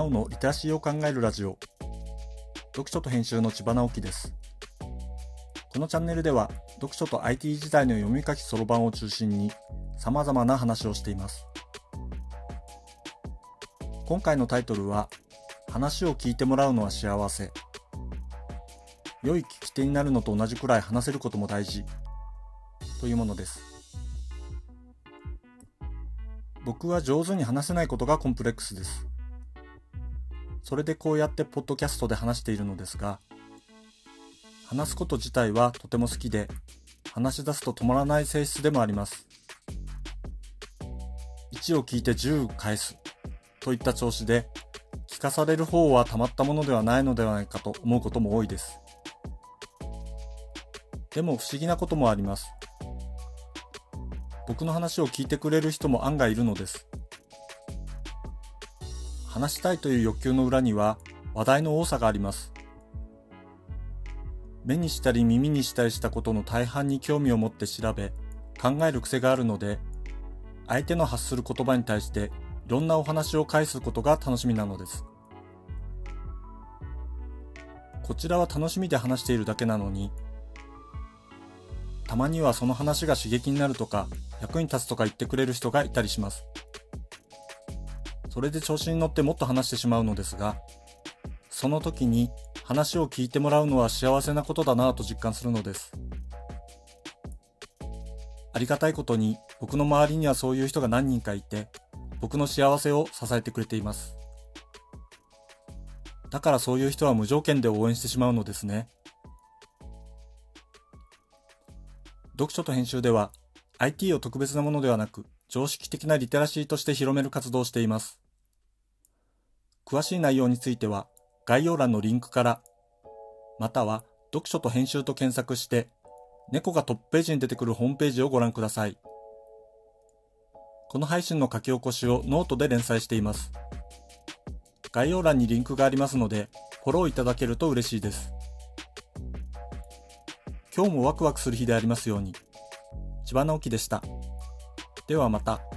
なおのリテラシーを考えるラジオ、読書と編集の千葉直樹です。このチャンネルでは読書と IT 時代の読み書きそろばんを中心に様々な話をしています。今回のタイトルは、話を聞いてもらうのは幸せ。良い聞き手になるのと同じくらい話せることも大事というものです。僕は上手に話せないことがコンプレックスです。それでこうやってポッドキャストで話しているのですが、話すこと自体はとても好きで、話し出すと止まらない性質でもあります。1を聞いて10返すといった調子で、聞かされる方はたまったものではないのではないかと思うことも多いです。でも不思議なこともあります。僕の話を聞いてくれる人も案外いるのです。話したいという欲求の裏には話題の多さがあります。目にしたり耳にしたりしたことの大半に興味を持って調べ、考える癖があるので、相手の発する言葉に対していろんなお話を返すことが楽しみなのです。こちらは楽しみで話しているだけなのに、たまにはその話が刺激になるとか役に立つとか言ってくれる人がいたりします。それで調子に乗ってもっと話してしまうのですが、その時に話を聞いてもらうのは幸せなことだなぁと実感するのです。ありがたいことに僕の周りにはそういう人が何人かいて、僕の幸せを支えてくれています。だからそういう人は無条件で応援してしまうのですね。読書と編集では IT を特別なものではなく常識的なリテラシーとして広める活動をしています。詳しい内容については概要欄のリンクから、または読書と編集と検索して猫がトップページに出てくるホームページをご覧ください。この配信の書き起こしをノートで連載しています。概要欄にリンクがありますのでフォローいただけると嬉しいです。今日もワクワクする日でありますように。千葉直樹でした。ではまた。